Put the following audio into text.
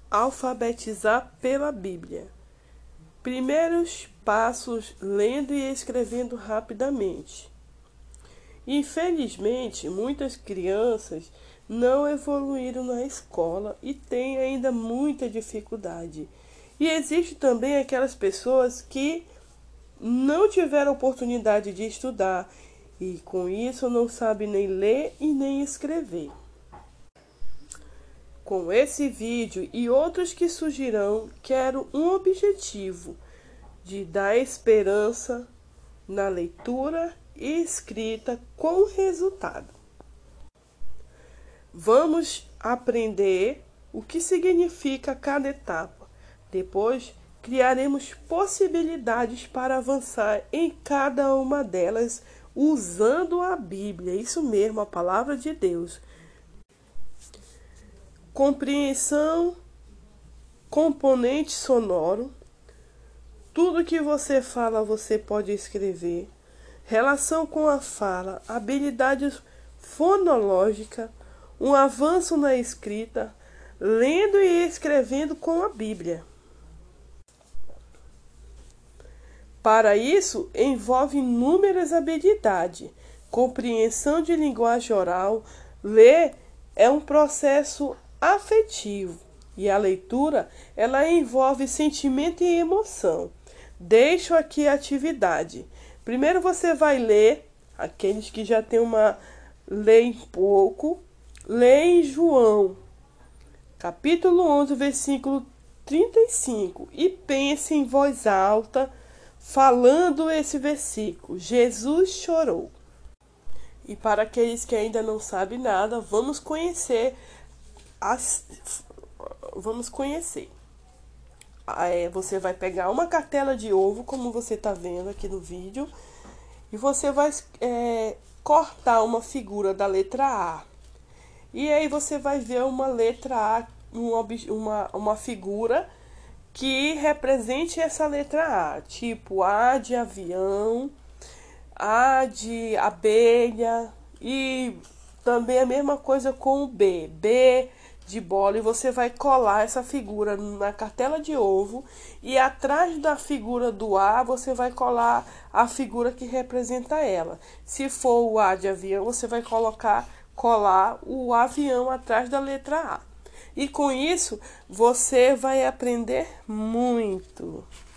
alfabetizar pela Bíblia. Primeiros passos lendo e escrevendo rapidamente. Infelizmente, muitas crianças não evoluíram na escola e têm ainda muita dificuldade. E existe também aquelas pessoas que não tiveram oportunidade de estudar e com isso não sabem nem ler e nem escrever. Com esse vídeo e outros que surgirão, quero um objetivo de dar esperança na leitura e escrita com resultado. Vamos aprender o que significa cada etapa. Depois, criaremos possibilidades para avançar em cada uma delas usando a Bíblia, isso mesmo, a palavra de Deus. Compreensão, componente sonoro, tudo que você fala você pode escrever, relação com a fala, habilidade fonológica, um avanço na escrita, lendo e escrevendo com a Bíblia. Para isso, envolve inúmeras habilidades, compreensão de linguagem oral, ler é um processo afetivo e a leitura ela envolve sentimento e emoção. Deixo aqui a atividade. Primeiro você vai ler, aqueles que já têm leem pouco, lê em João, capítulo 11, versículo 35 e pense em voz alta, falando esse versículo. Jesus chorou. E para aqueles que ainda não sabem nada, vamos conhecer. Você vai pegar uma cartela de ovo, como você está vendo aqui no vídeo, e você vai cortar uma figura da letra A. E aí você vai ver uma letra A, uma figura que represente essa letra A, tipo A de avião, A de abelha e também a mesma coisa com o B, B de bola, e você vai colar essa figura na cartela de ovo e atrás da figura do A você vai colar a figura que representa ela. Se for o A de avião, você vai colar o avião atrás da letra A. E com isso você vai aprender muito.